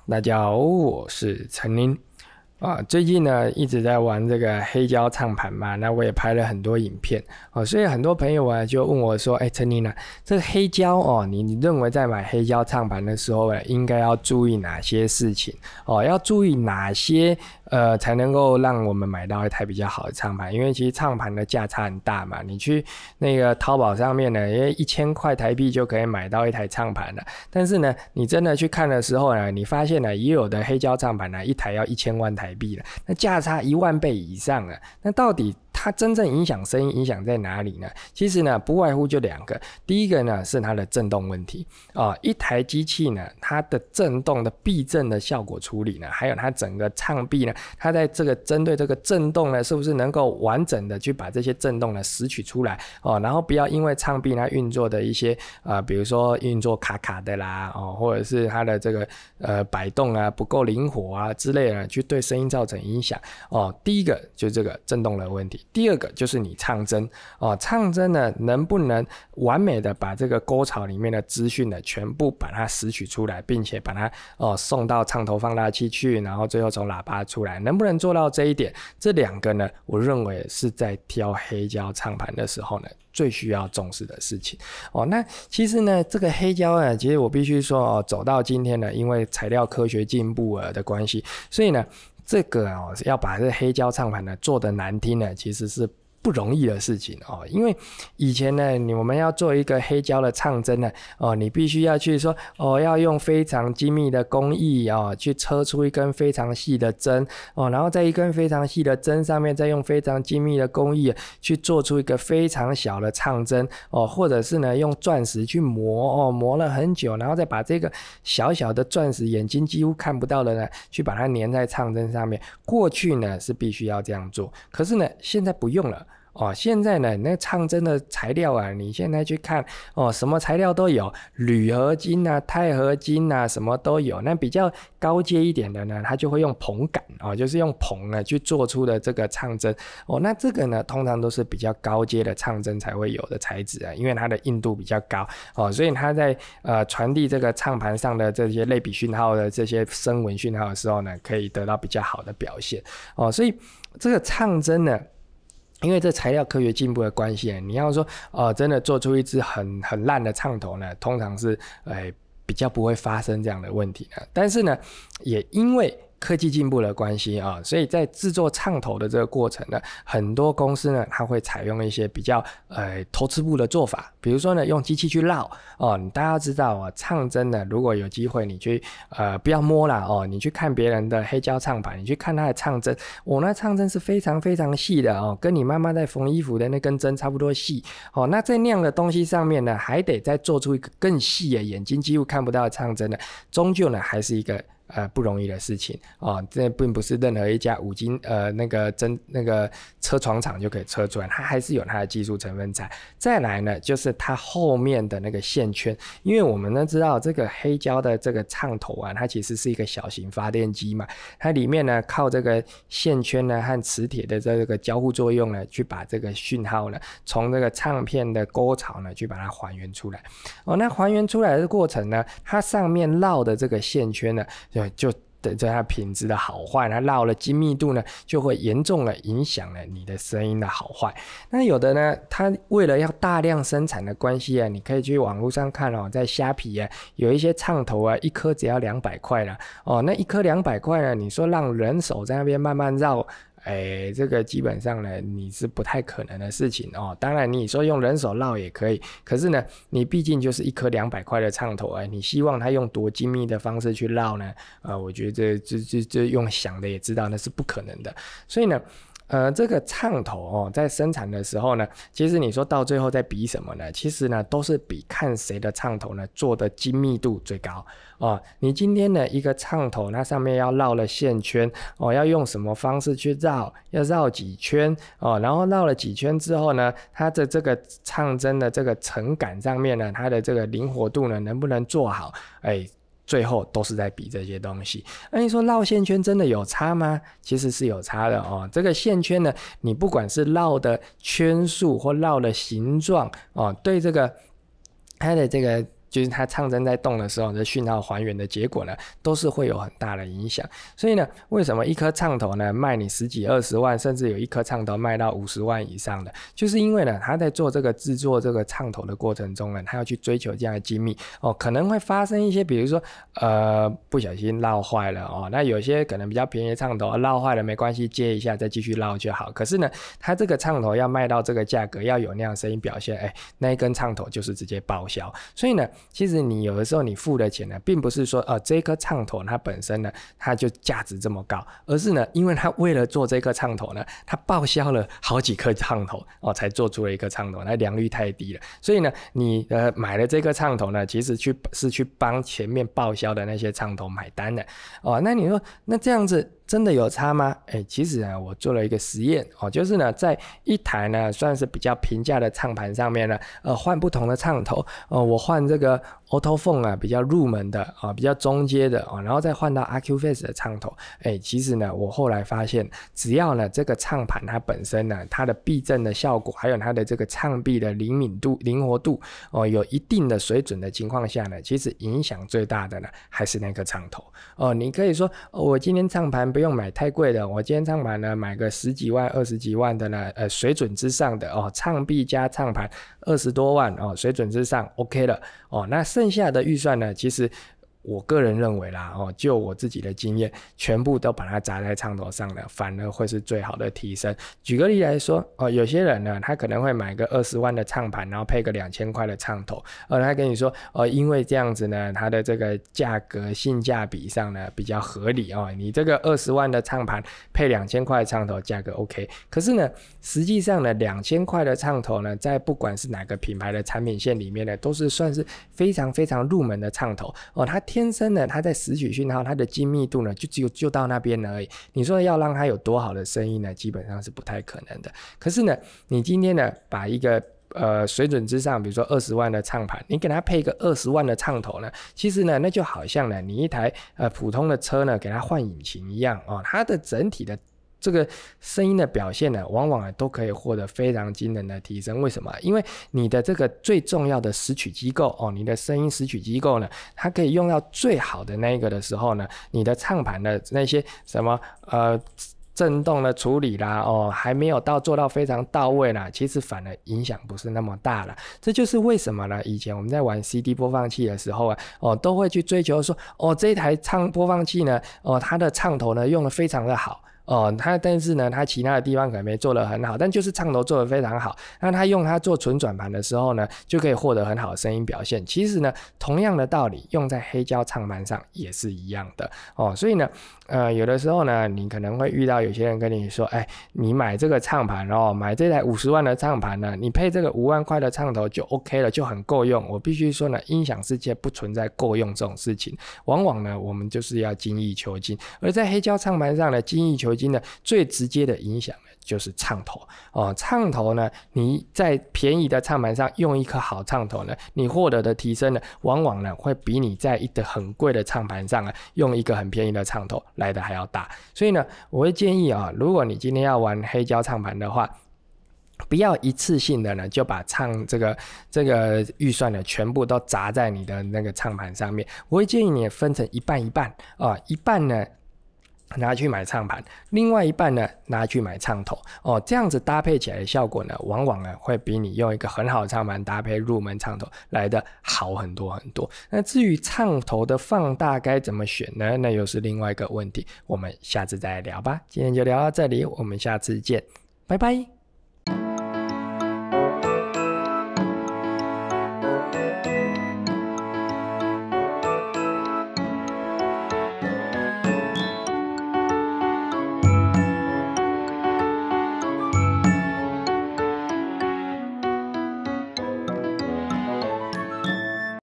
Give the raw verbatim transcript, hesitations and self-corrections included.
大家好，我是陈林啊。最近呢一直在玩这个黑胶唱盘嘛，那我也拍了很多影片哦，所以很多朋友啊就问我说：“哎，陈林啊，这个黑胶哦，你你认为在买黑胶唱盘的时候呢，应该要注意哪些事情哦？要注意哪些呃才能够让我们买到一台比较好的唱盘？因为其实唱盘的价差很大嘛，你去那个淘宝上面呢，因为一千块台币就可以买到一台唱盘了，但是呢，你真的去看的时候呢，你发现呢，也有的黑胶唱盘呢，一台要一千万台币了，那价差一万倍以上了。那到底它真正影响声音影响在哪里呢？其实呢，不外乎就两个。第一个呢是它的震动问题啊、呃，一台机器呢，它的震动的避震的效果处理呢，还有它整个唱臂呢，它在这个针对这个震动呢，是不是能够完整的去把这些震动呢拾取出来哦，然后不要因为唱臂它运作的一些呃，比如说运作卡卡的啦哦，或者是它的这个呃摆动啊不够灵活啊之类的，去对声音造成影响哦。第一个就是这个震动的问题。第二个就是你唱针哦，唱针呢能不能完美的把这个沟槽里面的资讯呢全部把它拾取出来，并且把它哦送到唱头放大器去，然后最后从喇叭出来，能不能做到这一点？这两个呢，我认为是在挑黑胶唱盘的时候呢最需要重视的事情哦。那其实呢，这个黑胶呢，其实我必须说哦，走到今天呢，因为材料科学进步了的关系，所以呢。这个哦，要把这黑胶唱盘呢做得难听呢，其实是不容易的事情哦。因为以前呢，你我们要做一个黑胶的唱针呢，哦，你必须要去说哦，要用非常精密的工艺哦，去车出一根非常细的针哦，然后在一根非常细的针上面，再用非常精密的工艺去做出一个非常小的唱针哦，或者是呢用钻石去磨哦，磨了很久，然后再把这个小小的钻石眼睛几乎看不到的呢，去把它粘在唱针上面。过去呢是必须要这样做，可是呢现在不用了。哦，现在呢，那唱针的材料啊，你现在去看哦，什么材料都有，铝合金啊、钛合金啊，什么都有。那比较高阶一点的呢，它就会用硼杆哦，就是用硼呢去做出的这个唱针哦。那这个呢，通常都是比较高阶的唱针才会有的材质啊，因为它的硬度比较高哦，所以它在呃传递这个唱盘上的这些类比讯号的这些声纹讯号的时候呢，可以得到比较好的表现哦。所以这个唱针呢。因为这材料科学进步的关系，你要说呃真的做出一支很很烂的唱头呢，通常是呃比较不会发生这样的问题的。但是呢，也因为科技进步的关系啊，所以在制作唱头的这个过程呢，很多公司呢，它会采用一些比较呃偷吃步的做法，比如说呢，用机器去绕哦。大家知道啊，唱针呢，如果有机会你去呃不要摸啦哦，你去看别人的黑胶唱盘，你去看他的唱针，哦，那唱针是非常非常细的哦，跟你妈妈在缝衣服的那根针差不多细哦。那在那样的东西上面呢，还得再做出一个更细的，眼睛几乎看不到的唱针呢，终究呢还是一个。呃，不容易的事情哦，这并不是任何一家五金呃那个真那个车床厂就可以车出来，它还是有它的技术成分在。再来呢，就是它后面的那个线圈，因为我们呢知道这个黑胶的这个唱头啊，它其实是一个小型发电机嘛，它里面呢靠这个线圈呢和磁铁的这个交互作用呢，去把这个讯号呢从这个唱片的沟槽呢去把它还原出来。哦，那还原出来的过程呢，它上面绕的这个线圈呢。就等着它品质的好坏，它绕了精密度呢，就会严重的影响了你的声音的好坏。那有的呢，它为了要大量生产的关系啊，你可以去网络上看哦，在虾皮啊，有一些唱头啊，一颗只要两百块了哦。那一颗两百块呢，你说让人手在那边慢慢绕。哎，这个基本上呢，你是不太可能的事情哦。当然，你说用人手绕也可以，可是呢，你毕竟就是一颗两百块的唱头，哎，你希望它用多精密的方式去绕呢？呃，我觉得这这这这用想的也知道那是不可能的。所以呢。呃，这个唱头哦，在生产的时候呢，其实你说到最后在比什么呢？其实呢，都是比看谁的唱头呢做的精密度最高哦。你今天呢一个唱头，那上面要绕了线圈哦，要用什么方式去绕？要绕几圈哦？然后绕了几圈之后呢，它的这个唱针的这个层感上面呢，它的这个灵活度呢，能不能做好？哎。最后都是在比这些东西。那你说绕线圈真的有差吗？其实是有差的哦。这个线圈呢，你不管是绕的圈数或绕的形状哦，对这个它的这个就是它唱针在动的时候的讯号还原的结果呢，都是会有很大的影响。所以呢，为什么一颗唱头呢卖你十几二十万，甚至有一颗唱头卖到五十万以上的，就是因为呢，他在做这个制作这个唱头的过程中呢，他要去追求这样的精密哦，可能会发生一些，比如说呃不小心烙坏了哦，那有些可能比较便宜的唱头烙坏了没关系，接一下再继续烙就好。可是呢，他这个唱头要卖到这个价格，要有那样声音表现，哎，那一根唱头就是直接报销。所以呢，其实你有的时候你付的钱呢，并不是说呃这颗唱头它本身呢它就价值这么高，而是呢，因为他为了做这颗唱头呢，他报销了好几颗唱头哦，才做出了一颗唱头，那良率太低了。所以呢，你呃买了这颗唱头呢，其实去是去帮前面报销的那些唱头买单的哦。那你说那这样子真的有差吗？哎，其实呢，我做了一个实验哦，就是呢，在一台呢算是比较平价的唱盘上面呢，呃，换不同的唱头哦，我换这个 Autophone 啊，比较入门的啊、哦，比较中阶的啊、哦，然后再换到 Accuphase 的唱头，哎，其实呢，我后来发现，只要呢这个唱盘它本身呢，它的避震的效果，还有它的这个唱臂的灵敏度、灵活度哦，有一定的水准的情况下呢，其实影响最大的呢还是那个唱头哦。你可以说，哦、我今天唱盘不用买太贵的，我今天唱盘呢买个十几万、二十几万的呢，呃，水准之上的哦，唱臂加唱盘二十多万哦，水准之上 OK 了哦。那剩下的预算呢，其实我个人认为啦，哦，就我自己的经验，全部都把它砸在唱头上了，反而会是最好的提升。举个例来说，哦，有些人呢，他可能会买个二十万的唱盘，然后配个两千块的唱头，呃，他跟你说，哦，因为这样子呢，它的这个价格性价比上呢比较合理哦，你这个二十万的唱盘配两千块的唱头，价格 OK。可是呢，实际上呢，两千块的唱头呢，在不管是哪个品牌的产品线里面呢，都是算是非常非常入门的唱头哦，它天生呢，它在拾取讯号，它的精密度呢，就只有就到那边而已。你说要让它有多好的声音呢，基本上是不太可能的。可是呢，你今天呢，把一个呃水准之上，比如说二十万的唱盘，你给它配一个二十万的唱头呢，其实呢，那就好像呢，你一台呃普通的车呢，给它换引擎一样哦，它的整体的这个声音的表现呢，往往都可以获得非常惊人的提升。为什么？因为你的这个最重要的拾取机构哦，你的声音拾取机构呢，它可以用到最好的那个的时候呢，你的唱盘的那些什么呃震动的处理啦，哦，还没有到做到非常到位啦，其实反而影响不是那么大了。这就是为什么呢？以前我们在玩 C D 播放器的时候啊，哦，都会去追求说，哦，这一台唱播放器呢，哦，它的唱头呢用得非常的好。哦，他但是呢，他其他的地方可能没做得很好，但就是唱头做得非常好。那他用它做纯转盘的时候呢，就可以获得很好的声音表现。其实呢，同样的道理用在黑胶唱盘上也是一样的哦。所以呢，呃，有的时候呢，你可能会遇到有些人跟你说，哎，你买这个唱盘哦，买这台五十万的唱盘呢，你配这个五万块的唱头就 OK 了，就很够用。我必须说呢，音响世界不存在够用这种事情，往往呢，我们就是要精益求精。而在黑胶唱盘上呢，精益求精呢，最直接的影响呢，就是唱头哦。唱头呢，你在便宜的唱盘上用一颗好唱头呢，你获得的提升呢，往往呢会比你在一个很贵的唱盘上啊，用一个很便宜的唱头来的还要大。所以呢，我会建议啊，如果你今天要玩黑胶唱盘的话，不要一次性的呢就把唱这个这个预算呢全部都砸在你的那个唱盘上面。我会建议你分成一半一半啊，一半呢拿去买唱盘，另外一半呢拿去买唱头哦，这样子搭配起来的效果呢，往往呢会比你用一个很好的唱盘搭配入门唱头来的好很多很多。那至于唱头的放大该怎么选呢？那又是另外一个问题，我们下次再聊吧。今天就聊到这里，我们下次见，拜拜。